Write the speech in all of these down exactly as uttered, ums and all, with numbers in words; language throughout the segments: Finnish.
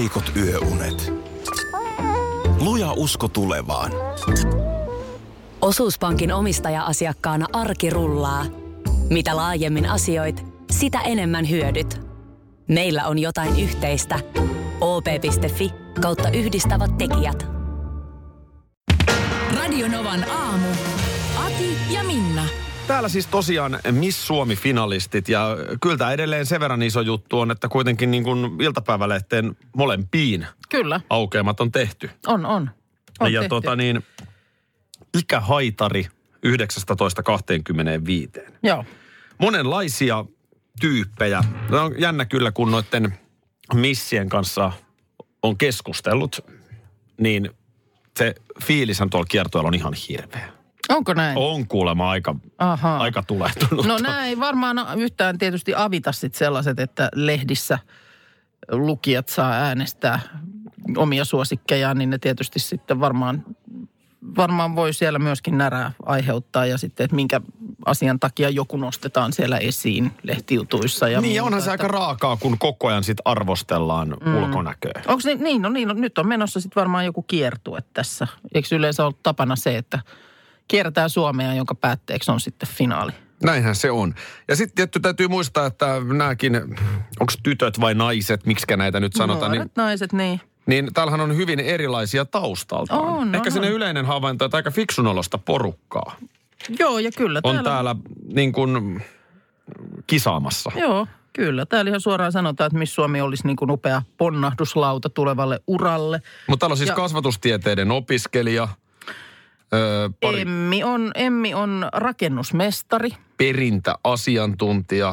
heikot yöunet. Luja usko tulevaan. Osuuspankin omistaja-asiakkaana arki rullaa. Mitä laajemmin asioit, sitä enemmän hyödyt. Meillä on jotain yhteistä. o p piste f i kautta yhdistävät tekijät. Radio Novan aamu. Ati ja Minna. Täällä siis tosiaan Miss Suomi-finalistit ja kyllä tämä edelleen sen verran iso juttu on, että kuitenkin niin kuin iltapäivälehteen molempiin Kyllä. aukeamat on tehty. On, on. on ja tehty. tota niin, ikähaitari yhdeksästätoista kaksikymmentäviisi. Joo. Monenlaisia tyyppejä. No on jännä kyllä, kun noiden missien kanssa on keskustellut, niin se fiilishän tuolla kiertueella on ihan hirveä. Onko näin? On kuulemma aika, Aha. aika tulehtunut. No nämä ei varmaan yhtään tietysti avita sit sellaiset, että lehdissä lukijat saa äänestää omia suosikkejaan, niin ne tietysti sitten varmaan, varmaan voi siellä myöskin närää aiheuttaa ja sitten, että minkä asian takia joku nostetaan siellä esiin lehtijutuissa. Ja niin, ja muuta, onhan se että... aika raakaa, kun koko ajan sit arvostellaan mm. ulkonäköä. Onko niin? Niin, no niin, no, nyt on menossa sitten varmaan joku kiertue tässä. Eikö yleensä ollut tapana se, että kierretään Suomea, jonka päätteeksi on sitten finaali? Näinhän se on. Ja sitten tietty täytyy muistaa, että nämäkin, onko tytöt vai naiset, miksikä näitä nyt sanotaan. Nuoret niin, naiset, niin. Niin täällähän on hyvin erilaisia taustaltaan. On, Ehkä on, sinne on. yleinen havainto, että aika fiksunolosta porukkaa Joo, ja kyllä. on täällä niin kuin kisaamassa. Joo, kyllä. Täällä ihan suoraan sanotaan, että Miss Suomi olisi niin kuin upea ponnahduslauta tulevalle uralle. Mutta täällä on siis ja... kasvatustieteiden opiskelija. Öö, pari Emmi on, Emmi on rakennusmestari. perintäasiantuntija,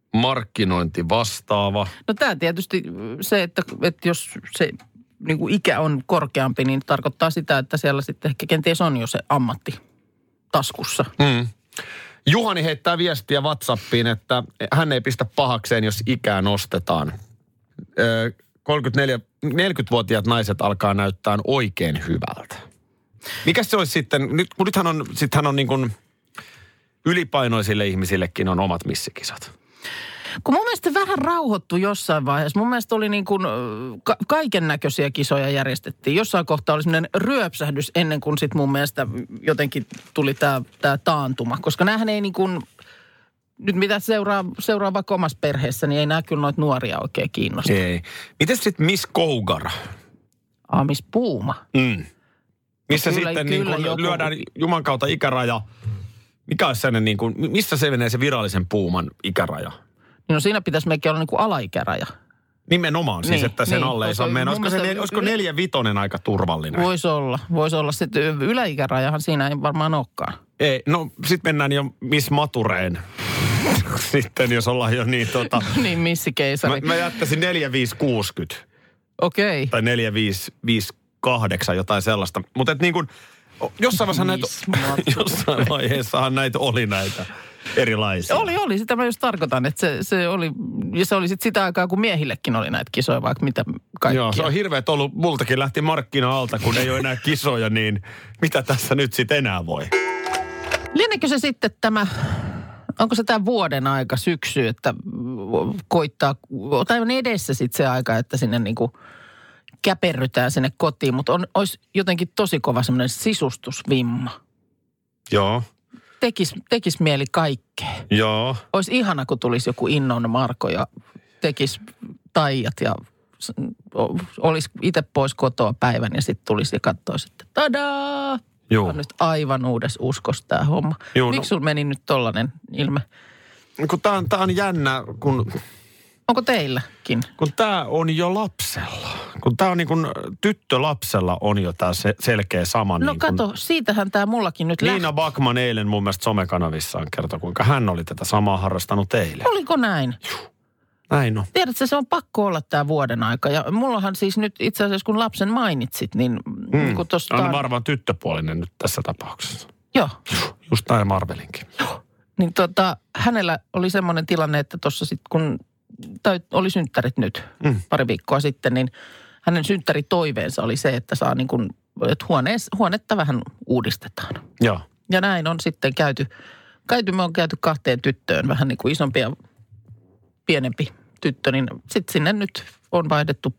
markkinointivastaava. No tämä tietysti se, että, että jos se niin kuin ikä on korkeampi, niin tarkoittaa sitä, että siellä sitten ehkä kenties on jo se ammatti taskussa. Mm. Juhani heittää viestiä WhatsAppiin, että hän ei pistä pahakseen, jos ikää nostetaan. Öö, kolmekymmentäneljä, neljäkymmentävuotiaat naiset alkaa näyttää oikein hyvältä. Mikäs se olisi sitten, nyt, kun nythän on, sittenhän on niin kuin ylipainoisille ihmisillekin on omat missikisat. Kun mun mielestä vähän rauhoittu jossain vaiheessa. Mun mielestä oli niin kuin ka- kaiken näköisiä kisoja järjestettiin. Jossain kohtaa oli semmoinen ryöpsähdys ennen kuin sit mun mielestä jotenkin tuli tää, tää taantuma. Koska näähän ei niin kuin, nyt mitä seuraa, seuraa vaikka omassa perheessä, niin ei nää kyllä noita nuoria oikein kiinnosta. Ei. Miten sitten Miss Cougar? Ah, Miss Puuma. Mm. Missä No kyllä- sitten kyllä niin kuin joku- lyödään Juman kautta ikäraja. Mikä olisi sellainen niin kuin, missä se menee se virallisen Puuman ikäraja? No siinä pitäisi mekin olla niin kuin alaikäraja. Nimenomaan siis, Niin, että sen niin, alle ei koska saa mennä. mun Olisiko, se, mielestä- olisiko neljä vitonen aika turvallinen? Voisi olla. Voisi olla. Sitten yläikärajahan siinä ei varmaan olekaan. Ei, no sit mennään jo Miss Matureen. Sitten jos ollaan jo niin tota... niin, missikeisari. Mä, mä jättäisin neljä viisi kuusikymmentä Okei. tai neljä viisi viisikymmentäkahdeksan, jotain sellaista. Mutta et niin kuin, jossain vaiheessa, näitä, Miss Mature. jossain vaiheessahan näitä oli näitä erilaisia. Oli, oli. Sitä mä just tarkoitan, että se, se oli, ja se oli sitten sitä aikaa, kun miehillekin oli näitä kisoja, vaikka mitä kaikkia. Joo, se on hirveet ollut. Multakin lähti markkina-alta, kun ei ole enää kisoja, niin mitä tässä nyt sitten enää voi? Lienekö se sitten tämä, onko se tämä vuoden aika, syksy, että koittaa, tai on edessä sitten se aika, että sinne niinku käperrytään sinne kotiin, mutta on, olisi jotenkin tosi kova semmoinen sisustusvimma. Joo, Tekis, tekis mieli kaikkea. joo. Olisi ihana, kun tulisi joku Innon Marko ja tekisi taijat ja s- o- olisi itse pois kotoa päivän ja sitten tulisi ja katsoisi, että tadaa! Joo. On nyt aivan uudessa uskossa tämä homma. Joo, no- Miksi sulla meni nyt tollainen ilme? Kun tää on, tää on jännä, kun... Onko teilläkin? Kun tämä on jo lapsella. Kun tämä on niin kuin tyttölapsella on jo tämä se, selkeä sama. No niin kuin, kato, siitähän tämä mullakin nyt lähti. Niina Backman eilen mun mielestä somekanavissaan kertoi, kuinka hän oli tätä samaa harrastanut eilen. Oliko näin? Näin on. Tiedätkö, se on pakko olla tämä vuoden aika. Ja mullahan siis nyt itse asiassa, kun lapsen mainitsit, niin mm. kun tuosta... On varmaan tyttöpuolinen nyt tässä tapauksessa. Joo. Just näin Marvelinkin. Niin tota, hänellä oli semmoinen tilanne, että tuossa sitten kun tai oli synttärit nyt Mm. pari viikkoa sitten, niin hänen synttäritoiveensa oli se, että saa niin kuin, että huonees, huonetta vähän uudistetaan. Joo. Ja näin on sitten käyty, käyty, me on käyty kahteen tyttöön, vähän niin kuin isompi ja pienempi tyttö, niin sitten sinne nyt on vaihdettu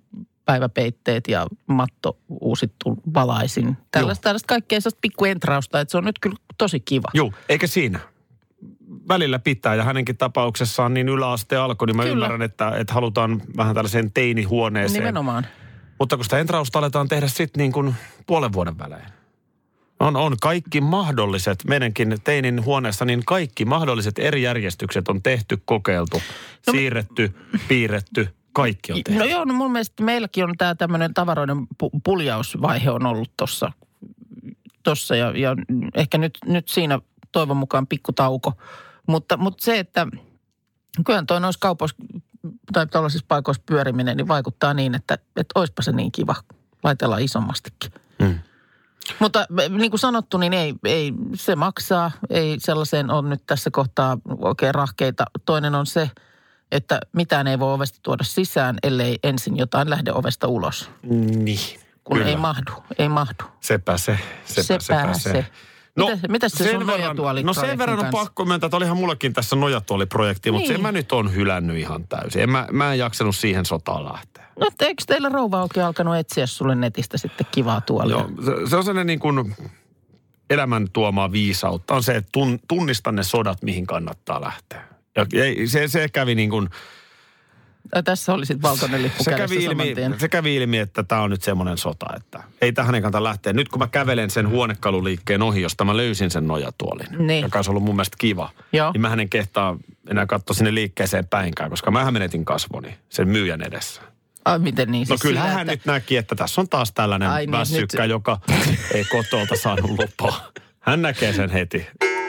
päiväpeitteet ja matto uusittu valaisin. Tällaista, tällaista kaikkea sellaista pikkuentrausta, että se on nyt kyllä tosi kiva. Joo, eikä siinä. Välillä pitää ja hänenkin tapauksessaan niin yläaste alkoi, niin mä kyllä. ymmärrän, että, että halutaan vähän tällaiseen teinihuoneeseen. Nimenomaan. Mutta kun sitä entrausta aletaan tehdä sitten niin kuin puolen vuoden välein. On, on kaikki mahdolliset, meidänkin teinin huoneessa, niin kaikki mahdolliset eri järjestykset on tehty, kokeiltu, no, siirretty, piirretty, kaikki on tehty. No joo, no mun mielestä meilläkin on tämä tämmöinen tavaroiden pu- puljausvaihe on ollut tuossa tossa ja, ja ehkä nyt, nyt siinä toivon mukaan pikkutauko. Mutta, mutta se, että kyllähän toi noissa kaupoissa tai tällaisissa paikoissa pyöriminen, niin vaikuttaa niin, että, että oispa se niin kiva laitella isommastikin. Hmm. Mutta niin kuin sanottu, niin ei, ei se maksaa. Ei sellaiseen on nyt tässä kohtaa oikein rahkeita. Toinen on se, että mitään ei voi ovesta tuoda sisään, ellei ensin jotain lähde ovesta ulos. Niin. Kun kyllä. ei mahdu, ei mahdu. Sepä se, sepä, sepä, sepä se. se. No, Mitä, mitäs se sun nojatuoli? No sen verran on kanssa? Pakko myöntää, että olihan mullakin tässä nojatuoliprojekti, niin. Mutta sen mä nyt on hylännyt ihan täysin. En mä, mä en jaksanut siihen sotaan lähteä. No eikö teillä rouva oikein alkanut etsiä sulle netistä sitten kivaa tuolia? Joo, se, se on sellainen niin kuin elämän tuomaa viisautta. On se, että tun, tunnista ne sodat, mihin kannattaa lähteä. Ja se, se kävi niin kuin... Ja tässä oli sitten valtoinen lippu se kädessä kävi, ilmi, se kävi ilmi, että tämä on nyt semmoinen sota, että ei tähän ei kannata lähteä. Nyt kun mä kävelen sen huonekaluliikkeen ohi, josta mä löysin sen nojatuolin, niin. joka olisi ollut mun mielestä kiva, Joo. niin mä hänen kehtaa enää katsoa sinne liikkeeseen päinkään, koska mä menetin kasvoni sen myyjän edessä. Ai miten niin? No siis kyllähän hän että... nyt näki, että tässä on taas tällainen Ai, niin, väsykkä, nyt... joka ei kotolta saanut lupaa. Hän näkee sen heti.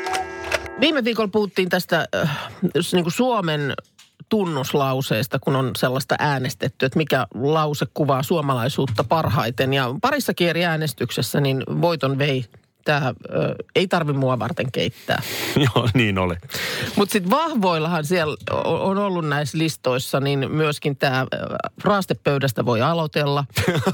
Viime viikolla puhuttiin tästä äh, niin kuin Suomen tunnuslauseesta, kun on sellaista äänestetty, että mikä lause kuvaa suomalaisuutta parhaiten. Ja parissakin eri äänestyksessä niin voiton vei tämä, äh, ei tarvi mua varten keittää. Joo, niin oli. Mutta sitten vahvoillahan siellä on ollut näissä listoissa, niin myöskin tämä äh, raastepöydästä voi aloitella.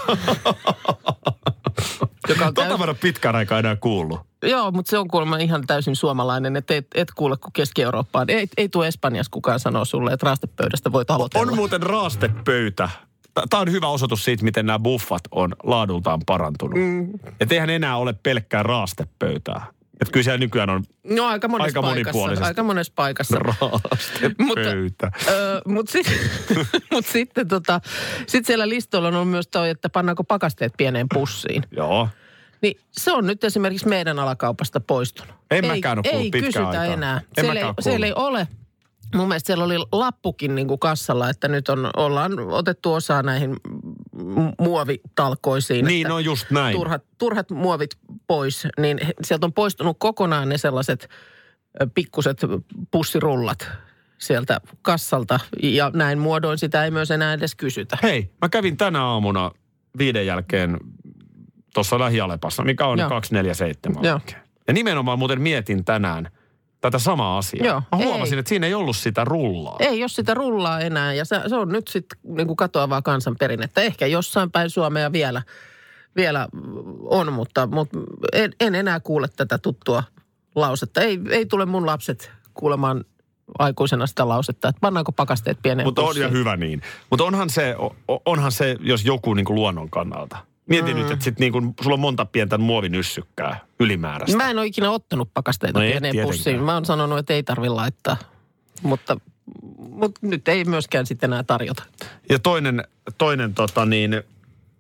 Joka on tota mä en ole pitkään aikaa enää kuullut. Joo, mutta se on kuulemma ihan täysin suomalainen, että et, et kuule kuin Keski-Eurooppaan. Ei, ei tule Espanjassa kukaan sanoa sulle, että raastepöydästä voit aloitella. On muuten raastepöytä. Tämä on hyvä osoitus siitä, miten nämä buffat on laadultaan parantunut. Mm. Että eihän enää ole pelkkää raastepöytää. Että kyllä siellä nykyään on no, aika monessa aika paikassa. Aika monessa paikassa. Raastepöytä. Mutta äh, mut sit, mut sitten tota, sit siellä listoilla on myös toi, että pannaanko pakasteet pieneen pussiin. Joo. Niin se on nyt esimerkiksi meidän alakaupasta poistunut. En ei, mäkään ole kuullut pitkään kysytä aikaa. enää. En siellä, ei, siellä ei ole. Mun mielestä siellä oli lappukin niin kuin kassalla, että nyt on, ollaan otettu osaa näihin muovitalkoisiin. Niin, no just näin. Turhat, turhat muovit pois, niin sieltä on poistunut kokonaan ne sellaiset pikkuset pussirullat sieltä kassalta. Ja näin muodoin sitä ei myös enää edes kysytä. Hei, mä kävin tänä aamuna viiden jälkeen tuossa Lähi-Alepassa, mikä on Joo. kaksi neljä seitsemän. Joo. Ja nimenomaan muuten mietin tänään tätä samaa asiaa. Joo, mä huomasin, ei. että siinä ei ollut sitä rullaa. Ei ole sitä rullaa enää ja se, se on nyt sitten niin kuin katoavaa kansanperinnettä. Ehkä jossain päin Suomea vielä, vielä on, mutta, mutta en, en enää kuule tätä tuttua lausetta. Ei, ei tule mun lapset kuulemaan aikuisena sitä lausetta, että pannaanko pakasteet pieneen Mutta pussiin. on ja hyvä niin. Mutta onhan se, onhan se, jos joku niin kuin luonnon kannalta. Mietin mm. nyt, että sit niin kun, sulla on monta pientä muovinyssykkää ylimääräistä. Mä en ole ikinä ottanut pakasteita no pieneen pussiin. Mä oon sanonut, että ei tarvitse laittaa, mutta, mutta nyt ei myöskään sitten enää tarjota. Ja toinen, toinen tota niin, äh,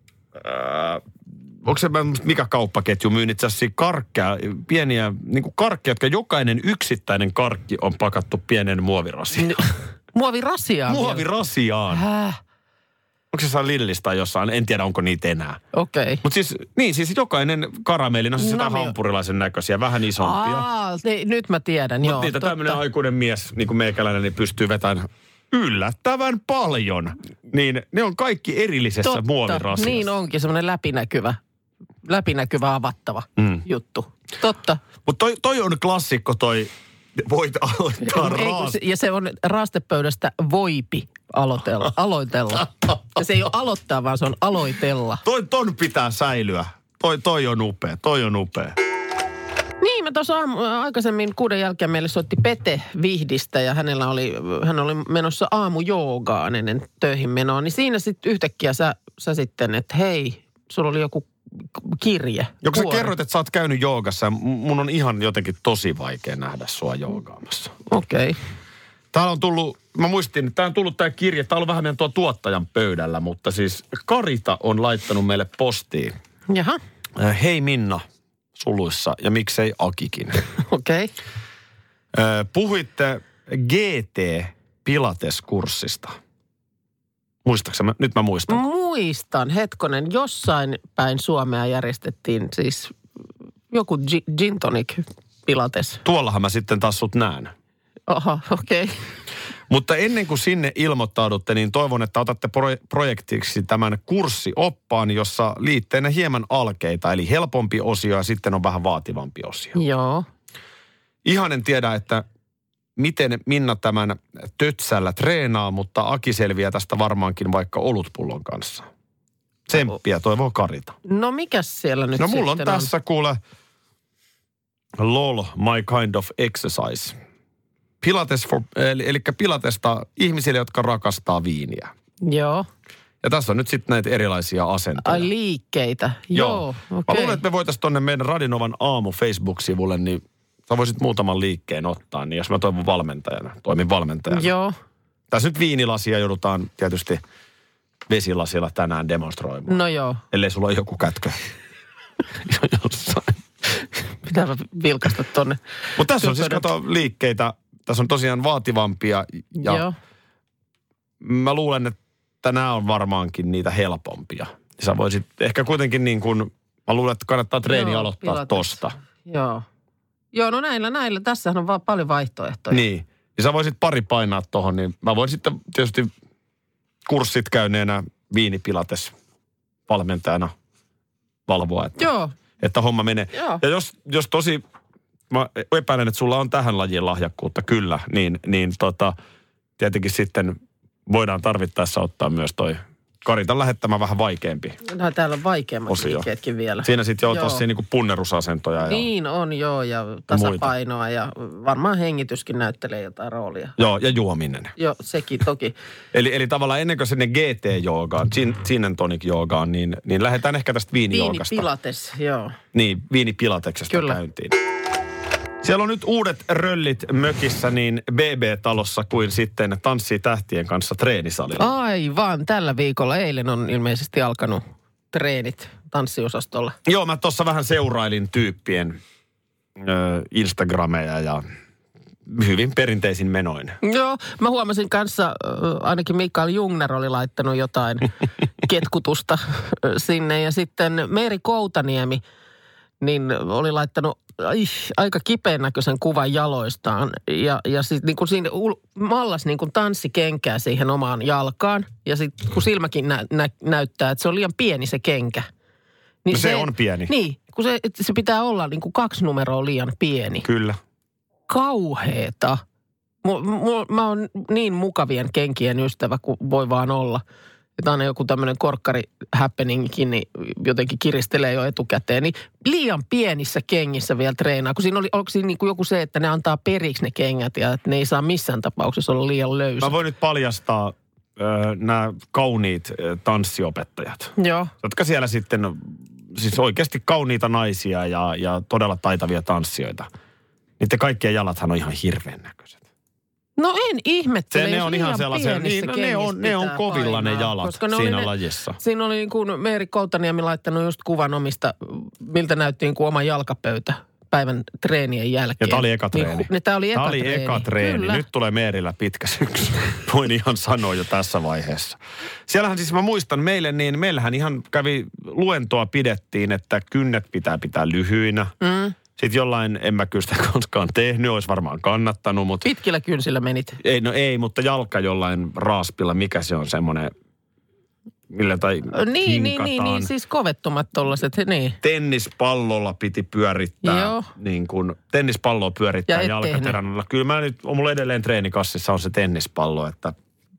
onko se mikä kauppaketju myy itse asiassa karkkeja, pieniä niin kuin karkkeja, jotka jokainen yksittäinen karkki on pakattu pienen muovirasiaan. Muovirasiaan? Muovirasiaan. Häh? Onko se jossain Lillistä jossain? En tiedä, onko niitä enää. Okei. Okay. Mutta siis, niin siis jokainen karamelli, no siis no, jotain hampurilaisen näköisiä, vähän isompia. Aa, ne, nyt mä tiedän, Mut joo. niitä tämmöinen aikuinen mies, niin kuin meikäläinen, niin pystyy vetämään yllättävän paljon. Niin ne on kaikki erillisessä totta, muovirasiassa. Niin onkin, semmoinen läpinäkyvä, läpinäkyvä avattava mm. juttu. Totta. Mutta toi, toi on klassikko toi, voit aloittaa raast... Ja se on raastepöydästä voipi aloitella. aloitella. Ja se ei ole aloittaa, vaan se on aloitella. Toi, ton pitää säilyä. Toi, toi on upea, toi on upea. Niin, mä tuossa aikaisemmin kuuden jälkeen meille soitti Pete Vihdistä ja hänellä oli, hän oli menossa aamujoogaan ennen töihin menoa. Niin siinä sitten yhtäkkiä sä sä sitten, että hei, sulla oli joku kirje. Joku sä kuori. kerroit, että sä oot käynyt joogassa ja mun on ihan jotenkin tosi vaikea nähdä sua joogaamassa. Okei. Okay. Täällä on tullut, mä muistin, että tää on tullut tää kirje, tää on ollut vähän meidän tuo tuottajan pöydällä, mutta siis Karita on laittanut meille postiin. Jaha. Äh, hei Minna, suluissa, ja miksei Akikin. Okei. Okay. Äh, puhuitte G T-pilates-kurssista. Muistaaksä? Mä, nyt mä muistan. Muistan, hetkonen, jossain päin Suomea järjestettiin siis joku gi- gin tonic pilates. Tuollahan mä sitten taas sut näen. Oho, okei. Okay. Mutta ennen kuin sinne ilmoittaudutte, niin toivon, että otatte pro- projektiksi tämän kurssioppaan, jossa liitteenä hieman alkeita, eli helpompi osio ja sitten on vähän vaativampi osio. Joo. Ihan en tiedä, että miten Minna tämän tötsällä treenaa, mutta Aki selviää tästä varmaankin vaikka olutpullon kanssa. Tsemppiä toivoo Karita. No mikäs siellä nyt No sitten mulla on tässä kuule lol, my kind of exercise. Pilates for, eli, eli pilatesta ihmisille, jotka rakastaa viiniä. Joo. Ja tässä on nyt sitten näitä erilaisia asentoja. Ai liikkeitä. Joo, Joo. okei. Mä luulen, että me voitaisiin tonne meidän Radinovan aamu Facebook-sivulle, niin sä voisit muutaman liikkeen ottaa, niin jos mä toivon valmentajana, toimin valmentajana. Joo. Tässä nyt viinilasia joudutaan tietysti vesilasilla tänään demonstroimaan. No joo. Ellei sulla ole joku kätkö jossain. Pitää vilkaista tonne. Mutta tässä on siis, kato, liikkeitä. Tässä on tosiaan vaativampia ja Joo. mä luulen, että nämä on varmaankin niitä helpompia. Sä voisit ehkä kuitenkin niin kuin, mä luulen, että kannattaa treeni Joo, aloittaa pilates. tosta. Joo. Joo, no näillä, näillä. Tässähän on vaan paljon vaihtoehtoja. Niin. Ja sä voisit pari painaa tohon, niin mä voin sitten tietysti kurssit käyneenä viinipilates valmentajana valvoa, että, Joo. että homma menee. Joo. Ja jos, jos tosi, mä epäilen, että sulla on tähän lajiin lahjakkuutta kyllä, niin, niin tota, tietenkin sitten voidaan tarvittaessa ottaa myös toi Karitan lähettämä vähän vaikeampi. No täällä on vaikeammat osio. liikkeetkin vielä. Siinä sitten joo Joo. tossa niinku punnerusasentoja. Ja, Niin on joo ja tasapainoa ja varmaan hengityskin näyttelee jotain roolia. joo, ja juominen. Joo, sekin toki. Eli, eli tavallaan ennen kuin sinne G T-joogaan, gin, gin and tonic joogaan, niin, niin lähdetään ehkä tästä viinijoogasta. Viinipilates, joo. Niin, viinipilateksesta Kyllä. käyntiin. Siellä on nyt uudet röllit mökissä niin B B-talossa kuin sitten Tanssii tähtien kanssa treenisalilla. Aivan, tällä viikolla eilen on ilmeisesti alkanut treenit tanssiosastolla. Joo, mä tuossa vähän seurailin tyyppien ö, Instagrameja ja hyvin perinteisin menoin. Joo, mä huomasin kanssa, äh, ainakin Mikael Jungner oli laittanut jotain ketkutusta äh, sinne. Ja sitten Meeri Koutaniemi niin oli laittanut ai, aika kipeän näköisen kuvan jaloistaan. Ja, ja sitten niin kuin siinä ul- mallas niin kuin tanssikenkää siihen omaan jalkaan. Ja sitten kun silmäkin nä- nä- näyttää, että se on liian pieni se kenkä. Niin No se on pieni. Niin, kun se, se pitää olla niin kuin kaksi numeroa liian pieni. Kyllä. Kauheeta. Mu, mu, mä oon niin mukavien kenkien ystävä kuin voi vaan olla. Että aina joku tämmöinen korkkari happeningkin niin jotenkin kiristelee jo etukäteen. Niin liian pienissä kengissä vielä treenaa. Kun siinä oli, onko siinä niin kuin joku se, että ne antaa periksi ne kengät ja että ne ei saa missään tapauksessa olla liian löysä. Mä voin nyt paljastaa äh, nämä kauniit äh, tanssiopettajat, Joo. jotka siellä sitten, siis oikeasti kauniita naisia ja, ja todella taitavia tanssijoita. Niiden kaikkien jalathan on ihan hirveän näköiset. No en ihmettele, Se, ne jos on ihan liian sellaisia, pienissä niin, no, ne on, ne on kengissä kovilla pitää ne jalat koska ne siinä oli ne, lajissa. Siinä oli niin kuin Meeri Koutaniemi laittanut just kuvan omista, miltä näytti niin kuin oma jalkapöytä päivän treenien jälkeen. Ja tämä oli eka treeni. Niin, niin, tämä oli eka Tämä oli treeni. eka treeni. Kyllä. Nyt tulee Meerillä pitkä syksy. Voin ihan sanoa jo tässä vaiheessa. Siellähän siis mä muistan meille, niin meillähän ihan kävi luentoa pidettiin, että kynnet pitää pitää lyhyinä. Mm. Sitten jollain, en mä kyllä sitä koskaan tehnyt, olisi varmaan kannattanut, mutta... Pitkillä kynsillä menit. Ei, no ei, mutta jalka jollain raaspilla, mikä se on semmoinen, millä tai Niin, niin, niin, niin, siis kovettomat tollaset, niin. Tennispallolla piti pyörittää, Joo. niin kuin tennispalloa pyörittää Ja et jalkaterännällä. Kyllä mä nyt, on mulla edelleen treenikassissa on se tennispallo, että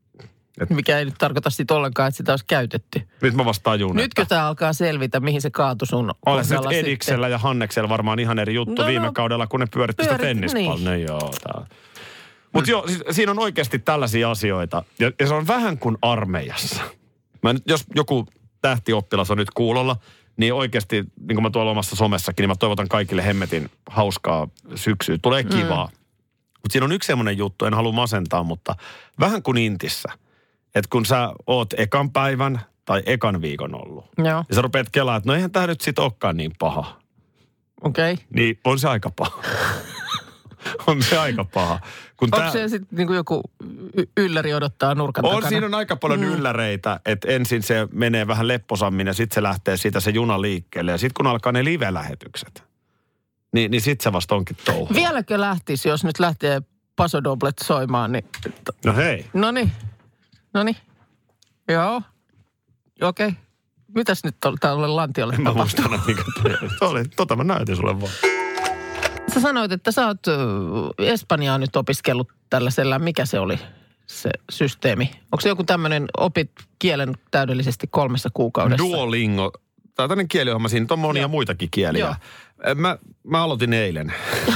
Mikä ei nyt tarkoita sit ollenkaan, että sitä olisi käytetty. nyt mä vasta tajun, Nytkö että tämä alkaa selvitä, mihin se kaatui sun olen se nyt kohdalla Ediksellä ja Hanneksella varmaan ihan eri juttu No, viime no, kaudella, kun ne pyöritti sitä pyörit- tennispalloa. niin. No joo, tää. Mutta joo, siis, siinä on oikeasti tällaisia asioita. Ja, ja se on vähän kuin armeijassa. Mä nyt, jos joku tähtioppilas on nyt kuulolla, niin oikeasti, niin kuin mä tuolla omassa somessakin, niin mä toivotan kaikille hemmetin hauskaa syksyä. Tulee kivaa. Mm. Mutta siinä on yksi semmoinen juttu, en halua masentaa, mutta vähän kuin Intissä. Että kun sä oot ekan päivän tai ekan viikon ollut. Joo. Ja sä rupeat kelaa, että no eihän tää nyt sit olekaan niin paha. Okei. Okay. Niin on se aika paha. on se aika paha. Kun Onko tää... se sitten niin kuin joku y- ylläri odottaa nurkan on, takana? siinä on aika paljon mm. ylläreitä, että ensin se menee vähän lepposammin ja sitten se lähtee siitä se juna liikkeelle. Ja sitten kun alkaa ne live-lähetykset, niin, niin sitten se vasta onkin touhua. Vieläkö lähtisi, jos nyt lähtee Paso Doblet soimaan, niin... No hei. Noniin. Noniin. Joo. Okei. Okay. Mitäs nyt tälle lantiolle en tapahtuu? Mä muistan, mikä toi oli. Tota mä näytin sulle vaan. Sä sanoit, että sä oot Espanjaa nyt opiskellut tällaisella. Mikä se oli se systeemi? Onko se joku tämmöinen opit kielen täydellisesti kolmessa kuukaudessa? Duolingo. Tämä on tämmöinen kieliohjelma. Siinä on monia Joo. muitakin kieliä. Joo. Mä, mä aloitin eilen.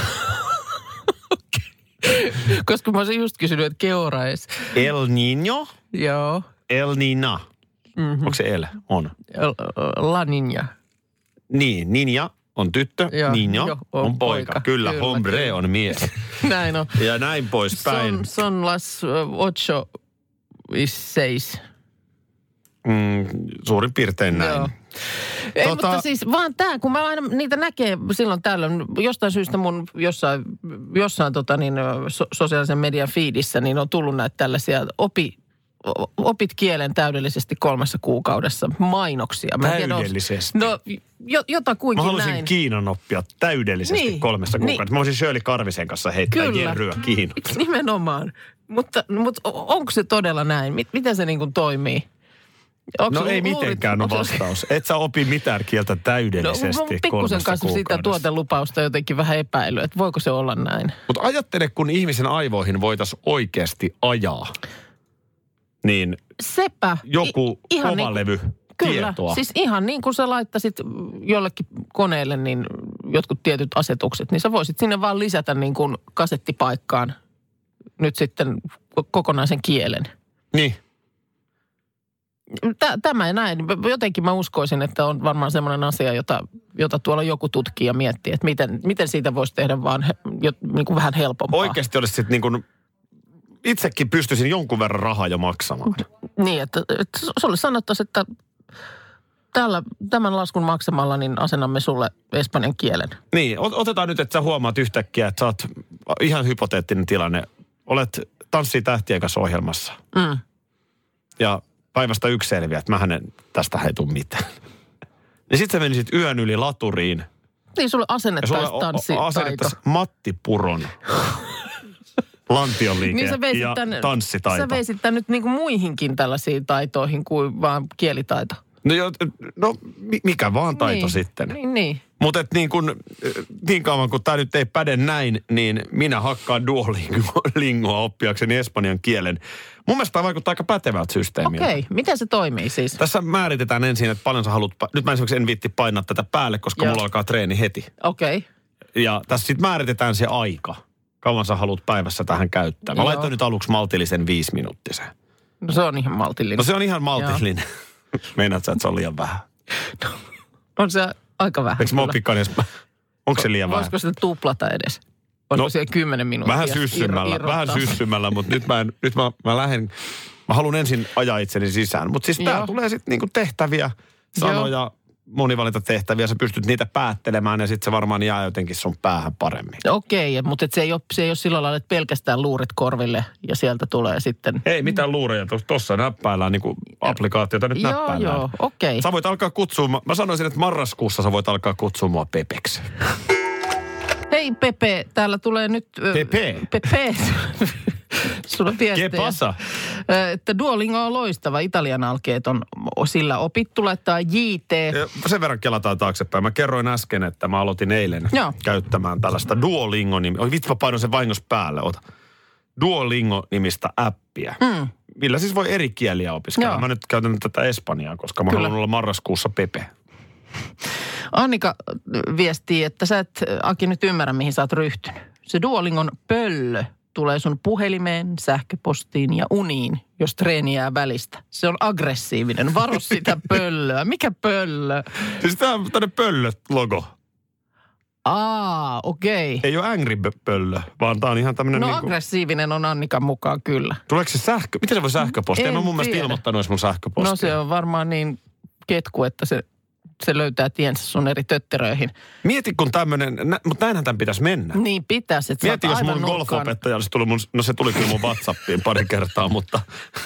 Koska mä olisin just kysynyt, että Keorais. El Niño. Joo. El Nina. Mm-hmm. Onko se El? On. La Niña. Niin, Ninja on tyttö, Joo, Niño jo, on, on poika. poika. Kyllä, kyllä, hombre kyllä. on mies. Näin on. Ja näin poispäin. Son, son las ocho is seis. Mm, suurin piirtein näin. Joo. Ei, tota... mutta siis vaan tämä, kun mä aina niitä näkee silloin tällöin, jostain syystä mun jossain, jossain tota niin, so, sosiaalisen median feedissä, niin on tullut näitä tällaisia opi, opit kielen täydellisesti kolmessa kuukaudessa mainoksia. Mä täydellisesti? Tiedä, no, jo, jotakuinkin näin. Mä haluaisin näin. Kiinan oppia täydellisesti niin, kolmessa kuukaudessa. Niin. Mä olisin Shirley Karvisen kanssa heittää Kyllä. jerryä Kiinassa. Nimenomaan. Mutta, mutta onko se todella näin? Miten se niin kuin toimii? Onko no ei luulit, mitenkään ole vastaus. Et sä opi mitään kieltä täydellisesti no, pikkusen kanssa sitä tuotelupausta jotenkin vähän epäilyä, että voiko se olla näin. Mutta ajattele, kun ihmisen aivoihin voitaisiin oikeasti ajaa, niin Sepä. joku I, kovalevy niin, Kyllä, tietoa. Siis ihan niin kuin sä laittaisit jollekin koneelle niin jotkut tietyt asetukset, niin sä voisit sinne vaan lisätä niin kuin kasettipaikkaan nyt sitten kokonaisen kielen. Niin. Tämä ja näin. Jotenkin mä uskoisin, että on varmaan semmoinen asia, jota, jota tuolla joku tutkija miettii, että miten, miten siitä voisi tehdä vaan he, jo, niin kuin vähän helpompaa. Oikeasti olisi sitten niin kuin, itsekin pystyisin jonkun verran rahaa jo maksamaan. Niin, että, että sulle sanottaisiin, että tällä, tämän laskun maksamalla niin asennamme sulle espanjan kielen. Niin, otetaan nyt, että sä huomaat yhtäkkiä, että sä oot ihan hypoteettinen tilanne. Olet Tanssii tähtien kanssa ohjelmassa. Mm. Ja päivästä yksi selviää, että mähän en, tästä ei tule mitään. Ja sit sä menisit yön yli laturiin. Niin, sulle asennettaisiin tanssitaito. Asennettaisiin Matti Puron lantionliike niin sä ja tämän, tanssitaito. Sä veisit tämän nyt niin kuin muihinkin tällaisiin taitoihin kuin vaan kielitaito. No, jo, no mikä vaan taito niin, sitten. Niin, niin. Mutta niin, niin kauan kun tämä nyt ei päde näin, niin minä hakkaan Duolingoa oppiakseni espanjan kielen. Mun mielestä tämä vaikuttaa aika pätevältä systeemiltä. Okei, okay. Miten se toimii siis? Tässä määritetään ensin, että paljon sä haluat, nyt mä esimerkiksi en viitti painaa tätä päälle, koska Joo. mulla alkaa treeni heti. Okei. Okay. Ja tässä sitten määritetään se aika, kauan sä haluat päivässä tähän käyttää. Mä Joo. laitoin nyt aluksi maltillisen viisi minuuttisen. No se on ihan maltillinen. No se on ihan maltillinen. Meinaat sä, että se on liian vähän? No, on se aika vähän. Eikö mä oppikaan edes, onko se liian vähän? Voisiko sitä tuplata edes? Olisiko no, siellä kymmenen minuuttia? Vähän syssymällä, ir- vähän syssymällä, mutta nyt mä, nyt mä, mä lähden, mä haluan ensin ajaa itseni sisään. Mutta siis tää tulee sitten niinku tehtäviä, sanoja, Joo. monivalintatehtäviä. Sä pystyt niitä päättelemään ja sitten se varmaan jää jotenkin sun päähän paremmin. Okei, okay, mutta se ei, ole, se ei ole sillä lailla, että pelkästään luurit korville ja sieltä tulee sitten... Ei mitään luureja. Tuossa näppäillään niin kuin applikaatiota nyt joo, näppäillään. Joo, joo, okei. Okay. Sä voit alkaa kutsua, mä sanoisin, että marraskuussa sä voit alkaa kutsua mua Pepeksi. Hei Pepe, täällä tulee nyt... Pepe? Pepe. Sulla on viestejä. Che pasa? Että Duolingo on loistava. Italian alkeet on sillä opittu. Laittaa J T. Sen verran kelataan taaksepäin. Mä kerroin äsken, että mä aloitin eilen Joo. käyttämään tällaista Duolingo-nimi. Oi vitsi, mä painoin sen vahingossa päälle. Ota. Duolingo-nimistä appia. Mm. Millä siis voi eri kieliä opiskella. Joo. Mä nyt käytän tätä espanjaa, koska mä Kyllä. haluan olla marraskuussa Pepe. Annika viestii, että sä et, Aki, nyt ymmärrä, mihin sä oot ryhtynyt. Se Duolingon pöllö tulee sun puhelimeen, sähköpostiin ja uniin, jos treeni jää välistä. Se on aggressiivinen. Varo sitä pöllöä. Mikä pöllö? Siis tää on tänne pöllö-logo. Aa, okei. Okay. Ei ole angry pöllö, vaan tää on ihan tämmönen No niinku... aggressiivinen on Annikan mukaan kyllä. Tuleeko se sähkö... Miten se voi sähköposti? En, en mä mun mielestä ilmoittanut edes mun sähköpostia. No se on varmaan niin ketku, että se, se löytää tiensä sun eri tötteröihin. Mieti kun tämmönen... Nä, mutta näinhän tämän pitäisi mennä. Niin pitäisi, että Mieti, jos mun nurkaan. golfopettaja olisi tullut mun... No se tuli kyllä mun WhatsAppiin pari kertaa, mutta...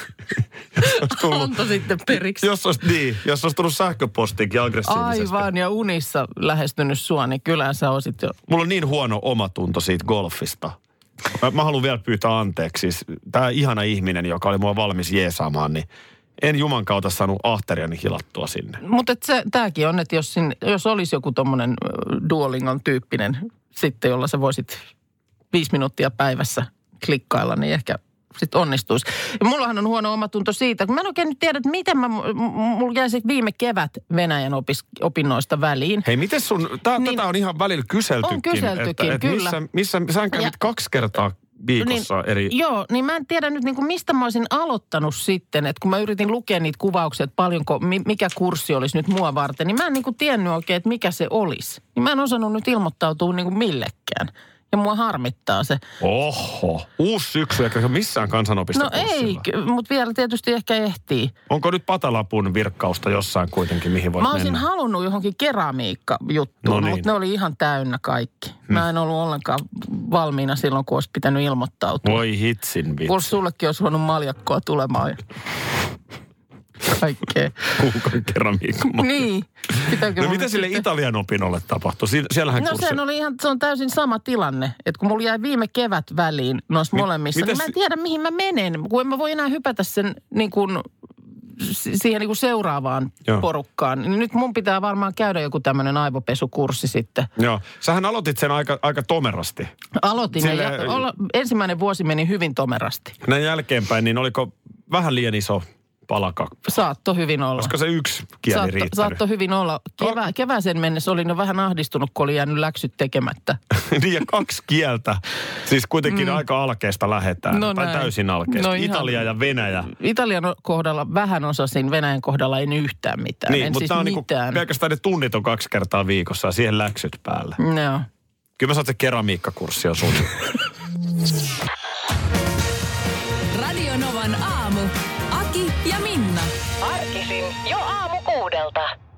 tullut, Anto sitten periksi. Jos olisi, niin, jos olisi tullut sähköpostiinkin aggressiivisesti. Aivan, ja unissa lähestynyt sua, niin kyllähän sä olisit jo... Mulla on niin huono omatunto siitä golfista. Mä, mä haluan vielä pyytää anteeksi. Siis, tää ihana ihminen, joka oli mua valmis jeesaamaan, niin en Juman kautta saanut ahteriani hilattua sinne. Mutta tämäkin on, että jos, sinne, jos olisi joku tommonen Duolingon tyyppinen sitten, jolla sä voisit viisi minuuttia päivässä klikkailla, niin ehkä sitten onnistuisi. Ja mullahan on huono omatunto siitä, kun mä en oikein nyt tiedä, että miten mä, mulla jäi se viime kevät Venäjän opis, opinnoista väliin. Hei, miten sun, tää, niin, tätä on ihan välillä kyseltykin. On kyseltykin, että, että kyllä. Missä, missä sä kävit ja, kaksi kertaa viikossa niin, eri... Joo, niin mä en tiedä nyt niin kuin mistä mä olisin aloittanut sitten, että kun mä yritin lukea niitä kuvauksia, että paljonko, mikä kurssi olisi nyt mua varten, niin mä en niin kuin tiennyt oikein, että mikä se olisi. Niin mä en osannut nyt ilmoittautua niin kuin millekään. Ja mua harmittaa se. Oho, uusi syksy eikä missään kansanopistokurssilla. No ei, mutta vielä tietysti ehkä ehtii. Onko nyt patalapun virkkausta jossain kuitenkin, mihin voit Mä olisin mennä? halunnut johonkin keramiikka-juttuun, No niin. mutta ne oli ihan täynnä kaikki. Hmm. Mä en ollut ollenkaan valmiina silloin, kun olisi pitänyt ilmoittautua. Voi hitsin vitsi. Kun sullekin olisi voinut maljakkoa tulemaan. Kaikkea. Kuukan keramiikka. Niin. Pitääkö No mun mitä sille sitten... Italian opinnolle tapahtui? Sie- siellähän No kurssi... sehän oli ihan, se on täysin sama tilanne. Että kun mulla jäi viime kevät väliin noissa Mi- molemmissa, niin mä en tiedä mihin mä menen. Kun en mä voi enää hypätä sen niin kuin, siihen niin kuin seuraavaan Joo. porukkaan. Niin nyt mun pitää varmaan käydä joku tämmöinen aivopesukurssi sitten. Joo. Sähän aloitit sen aika, aika tomerasti. Aloitin. Sille... Ja olla, ensimmäinen vuosi meni hyvin tomerasti. Näin jälkeenpäin, niin oliko vähän liian iso palaka? Saatto hyvin olla. Koska se yksi kieli Saatto, riittänyt? saatto hyvin olla. Kevä, oh. Kevääseen mennessä olin jo vähän ahdistunut, kun oli jäänyt läksyt tekemättä. Niin ja kaksi kieltä. Siis kuitenkin mm. aika alkeesta lähetään. No tai näin. täysin alkeesta. No Italia ja Venäjä. Italian kohdalla vähän osasin, Venäjän kohdalla en yhtään mitään. Niin, en mutta siis tämä on mitään. niinku, pelkästään ne tunnit on kaksi kertaa viikossa ja siihen läksyt päälle. Joo. Kyllä mä saat se keramiikkakurssi on sun. Radio Novan aamu. Aki ja Minna. Arkisin jo aamu kuudelta.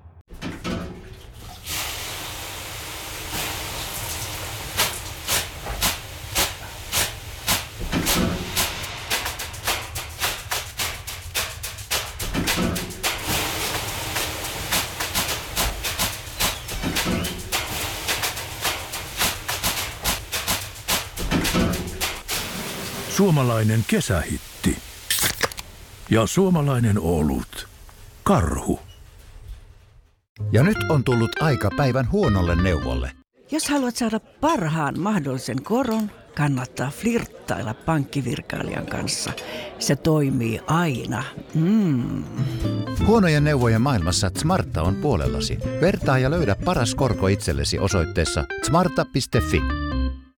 Suomalainen kesähitti. Ja suomalainen olut. Karhu. Ja nyt on tullut aika päivän huonolle neuvolle. Jos haluat saada parhaan mahdollisen koron, kannattaa flirttailla pankkivirkailijan kanssa. Se toimii aina. Mm. Huonojen neuvojen maailmassa Smarta on puolellasi. Vertaa ja löydä paras korko itsellesi osoitteessa smarta piste fi.